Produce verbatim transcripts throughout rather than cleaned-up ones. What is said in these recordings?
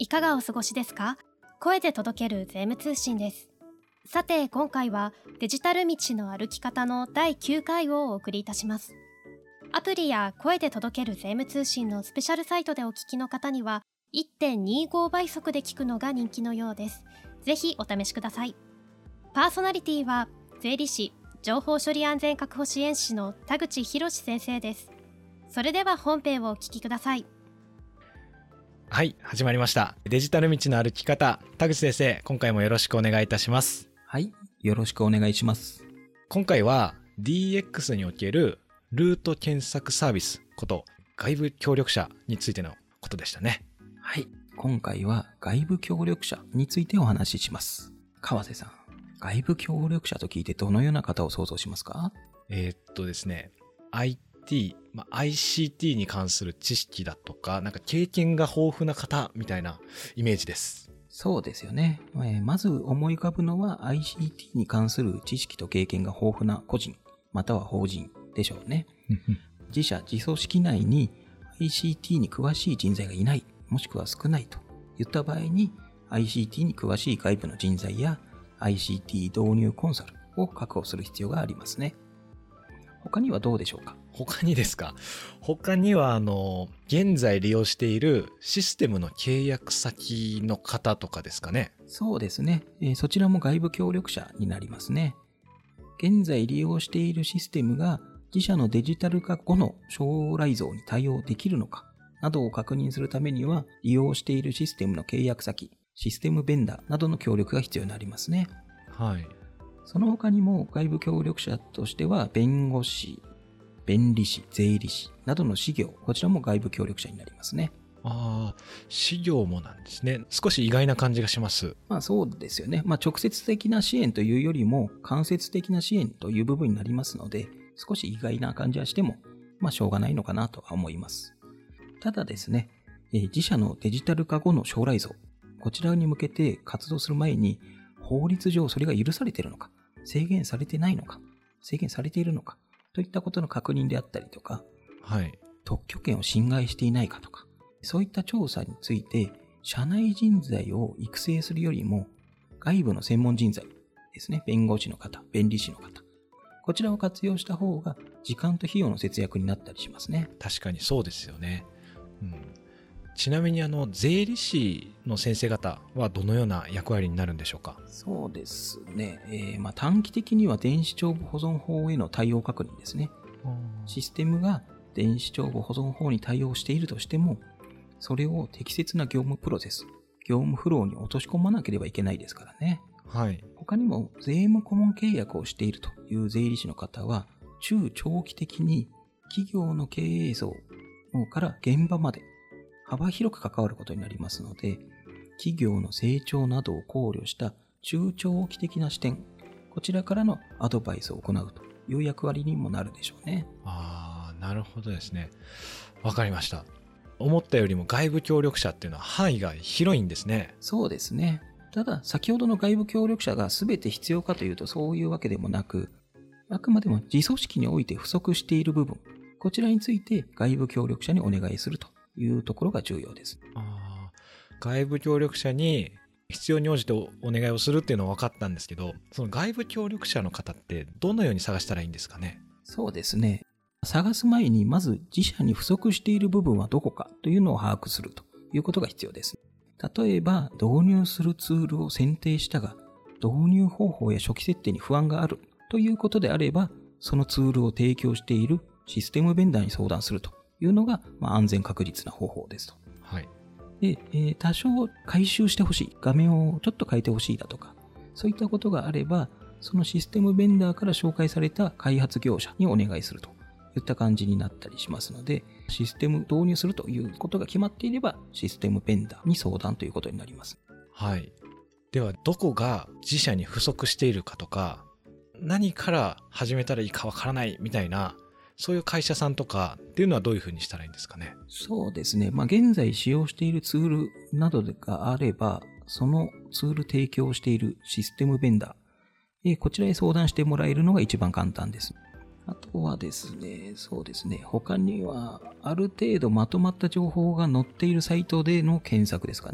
いかがお過ごしですか？声で届ける税務通信です。さて今回はデジタル道の歩き方のだいきゅうかいをお送りいたします。アプリや声で届ける税務通信のスペシャルサイトでお聞きの方には いってんにご 倍速で聞くのが人気のようです。ぜひお試しください。パーソナリティは税理士情報処理安全確保支援士の田口博先生です。それでは本編をお聞きください。 はい、始まりました。デジタル道の歩き方、田口先生、今回もよろしくお願いいたします。 はい、よろしくお願いします。 今回は ディーエックス におけるルート検索サービスこと外部協力者についてのことでしたね。 はい、今回は外部協力者についてお話しします。川瀬さん、外部協力者と聞いてどのような方を想像しますか？ えー、っとですね、アイティー、まあ、アイシーティー に関する知識だとか、なんか経験が豊富な方みたいなイメージです。 そうですよね。えー、まず思い浮かぶのは アイシーティー に関する知識と経験が豊富な個人、または法人でしょうね。自社、自組織内に アイシーティー に詳しい人材がいない、もしくは少ないといった場合に アイシーティー に詳しい外部の人材や アイシーティー 導入コンサルを確保する必要がありますね。他にはどうでしょうか？ 他にですか？他にはあの現在利用しているシステムの契約先の方とかですかね？ そうですね、えー、そちらも外部協力者になりますね。現在利用しているシステムが自社のデジタル化後の将来像に対応できるのかなどを確認するためには、利用しているシステムの契約先、システムベンダーなどの協力が必要になりますね。 はい。 その他にも外部協力者としては弁護士、弁理士、税理士などの事業、こちらも外部協力者になりますね。 ああ、事業もなんですね。少し意外な感じがします。 まあそうですよね。まあ直接的な支援というよりも間接的な支援という部分になりますので、少し意外な感じはしても、まあしょうがないのかなとは思います。ただですね、えー、自社のデジタル化後の将来像、こちらに向けて活動する前に、法律上それが許されているのか、制限されてないのか、制限されているのか、といったことの確認であったりとか、 はい、 特許権を侵害していないかとか、そういった調査について、社内人材を育成するよりも、外部の専門人材ですね、弁護士の方、弁理士の方、こちらを活用した方が、時間と費用の節約になったりしますね。 確かにそうですよね。うん、ちなみにあの税理士の先生方はどのような役割になるんでしょうか？ そうですね、えーまあ、短期的には電子帳簿保存法への対応確認ですね。システムが電子帳簿保存法に対応しているとしても、それを適切な業務プロセス、業務フローに落とし込まなければいけないですからね。 はい。 他にも税務顧問契約をしているという税理士の方は、中長期的に企業の経営層から現場まで幅広く関わることになりますので、企業の成長などを考慮した中長期的な視点、こちらからのアドバイスを行うという役割にもなるでしょうね。 ああ、なるほどですね。わかりました。思ったよりも外部協力者っていうのは範囲が広いんですね。 そうですね。ただ、先ほどの外部協力者が全て必要かというとそういうわけでもなく、あくまでも自組織において不足している部分、こちらについて外部協力者にお願いするというところが重要です。 あ、外部協力者に必要に応じて お, お願いをするっていうのは分かったんですけど、その外部協力者の方ってどのように探したらいいんですかね？ そうですね。探す前にまず自社に不足している部分はどこかというのを把握するということが必要です。例えば導入するツールを選定したが、導入方法や初期設定に不安があるということであれば、そのツールを提供しているシステムベンダーに相談するというのが、まあ、安全確実な方法ですと。 はい。 で、えー、多少改修してほしい、画面をちょっと変えてほしいだとか、そういったことがあれば、そのシステムベンダーから紹介された開発業者にお願いするといった感じになったりしますので、システム導入するということが決まっていれば、システムベンダーに相談ということになります。 はい。では、どこが自社に不足しているかとか、何から始めたらいいかわからないみたいな、そういう会社さんとかっていうのはどういうふうにしたらいいんですかね？ そうですね。まあ、現在使用しているツールなどがあれば、そのツール提供しているシステムベンダー、こちらへ相談してもらえるのが一番簡単です。あとはですね、そうですね、他にはある程度まとまった情報が載っているサイトでの検索ですかね。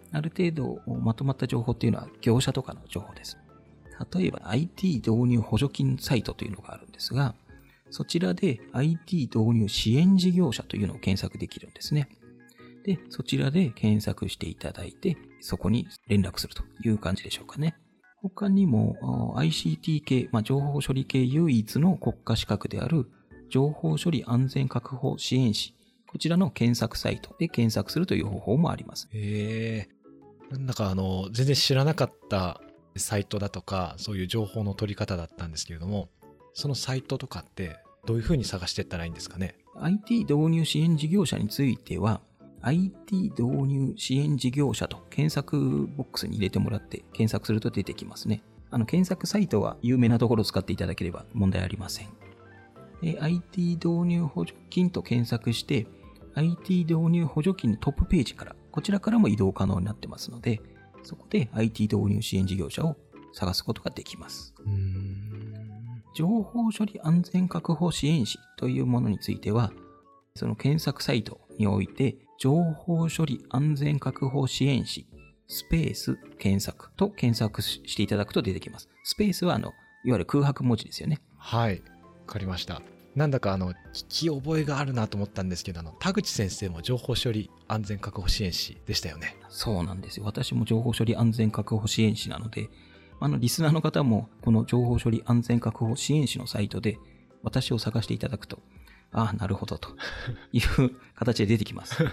ある程度まとまった情報っていうのは業者とかの情報です。例えば アイティー 導入補助金サイトというのがあるんですが、そちらで アイティー 導入支援事業者というのを検索できるんですね。で、そちらで検索していただいて、そこに連絡するという感じでしょうかね。他にも アイシーティー 系、まあ、情報処理系唯一の国家資格である情報処理安全確保支援士、こちらの検索サイトで検索するという方法もあります。 へえ。なんだかあの全然知らなかったサイトだとか、そういう情報の取り方だったんですけれども、そのサイトとかってどういうふうに探していったらいいんですかね。 アイティー 導入支援事業者については アイティー 導入支援事業者と検索ボックスに入れてもらって検索すると出てきますね。あの検索サイトは有名なところを使っていただければ問題ありません。アイティー 導入補助金と検索して アイティー 導入補助金のトップページから、こちらからも移動可能になってますので、そこで アイティー 導入支援事業者を探すことができます。 うーん情報処理安全確保支援士というものについては、その検索サイトにおいて情報処理安全確保支援士スペース検索と検索していただくと出てきます。スペースはあのいわゆる空白文字ですよね。 はい、わかりました。なんだかあの聞き覚えがあるなと思ったんですけど、あの田口先生も情報処理安全確保支援士でしたよね。 そうなんですよ。私も情報処理安全確保支援士なので、あのリスナーの方もこの情報処理安全確保支援士のサイトで私を探していただくと、ああなるほどという形で出てきます、はい、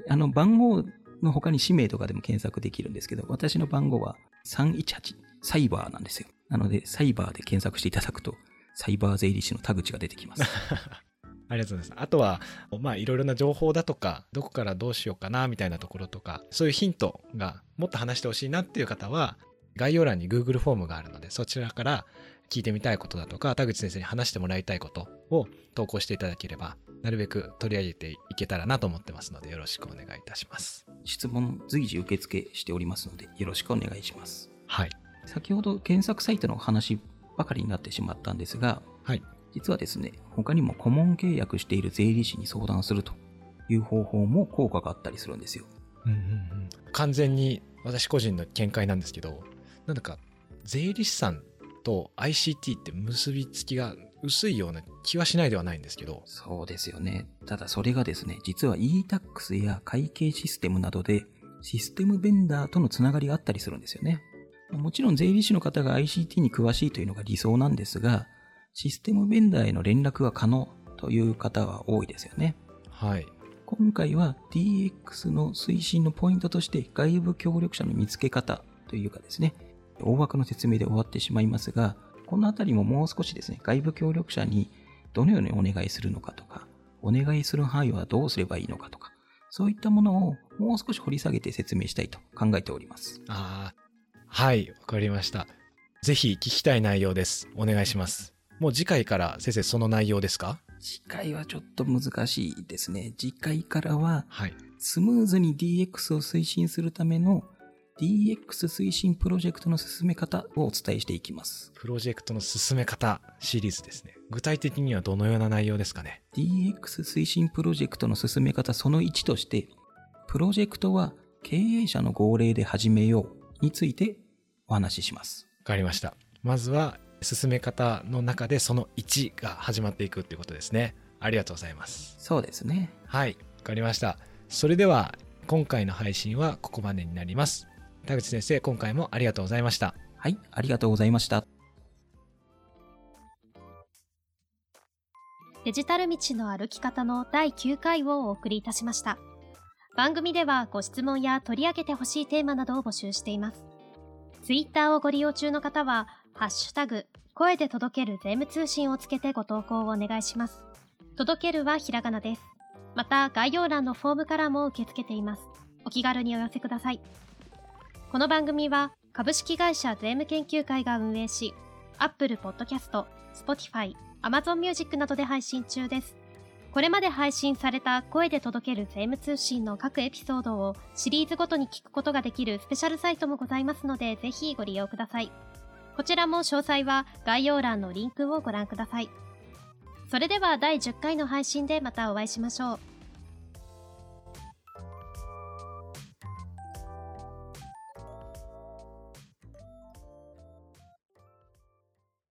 あの番号の他に氏名とかでも検索できるんですけど、私の番号はさんいちはちサイバーなんですよ。なのでサイバーで検索していただくとサイバー税理士の田口が出てきますありがとうございます。あとはまあいろいろな情報だとか、どこからどうしようかなみたいなところとか、そういうヒントがもっと話してほしいなっていう方は概要欄に Google フォームがあるので、そちらから聞いてみたいことだとか、田口先生に話してもらいたいことを投稿していただければ、なるべく取り上げていけたらなと思ってますので、よろしくお願いいたします。 質問随時受付しておりますので、よろしくお願いします。 はい。 先ほど検索サイトの話ばかりになってしまったんですが、 はい。 実はですね、他にも顧問契約している税理士に相談するという方法も効果があったりするんですよ。 うんうんうん、完全に私個人の見解なんですけど、なんだか税理士さんと アイシーティー って結びつきが薄いような気はしないではないんですけど。 そうですよね。ただそれがですね、実は イータックス や会計システムなどでシステムベンダーとのつながりがあったりするんですよね。もちろん税理士の方が アイシーティー に詳しいというのが理想なんですが、システムベンダーへの連絡が可能という方は多いですよね。 はい。 今回は ディーエックス の推進のポイントとして外部協力者の見つけ方というかですね、大枠の説明で終わってしまいますが、このあたりももう少しですね、外部協力者にどのようにお願いするのかとか、お願いする範囲はどうすればいいのかとか、そういったものをもう少し掘り下げて説明したいと考えております。 ああ、はい、わかりました。ぜひ聞きたい内容です。お願いします。もう次回から先生その内容ですか？ 次回はちょっと難しいですね。次回からは、 はい、 スムーズに ディーエックス を推進するための ディーエックス 推進プロジェクトの進め方をお伝えしていきます。 プロジェクトの進め方シリーズですね。具体的にはどのような内容ですかね？ ディーエックス 推進プロジェクトの進め方そのいちとして、プロジェクトは経営者の号令で始めようについてお話しします。 わかりました。まずは進め方の中でそのいちが始まっていくっていうことですね。ありがとうございます。 そうですね。 はい、わかりました。それでは今回の配信はここまでになります。田口先生、今回もありがとうございました。 はい、ありがとうございました。 デジタル道の歩き方のだいきゅうかいをお送りいたしました。番組ではご質問や取り上げてほしいテーマなどを募集しています。ツイッターをご利用中の方は、ハッシュタグ、声で届ける税務通信をつけてご投稿をお願いします。届けるはひらがなです。また、概要欄のフォームからも受け付けています。お気軽にお寄せください。この番組は、株式会社税務研究会が運営し、Apple Podcast、Spotify、Amazon Music などで配信中です。これまで配信された声で届ける税務通信の各エピソードをシリーズごとに聞くことができるスペシャルサイトもございますので、ぜひご利用ください。こちらも詳細は概要欄のリンクをご覧ください。それではだいじゅっかいの配信でまたお会いしましょう。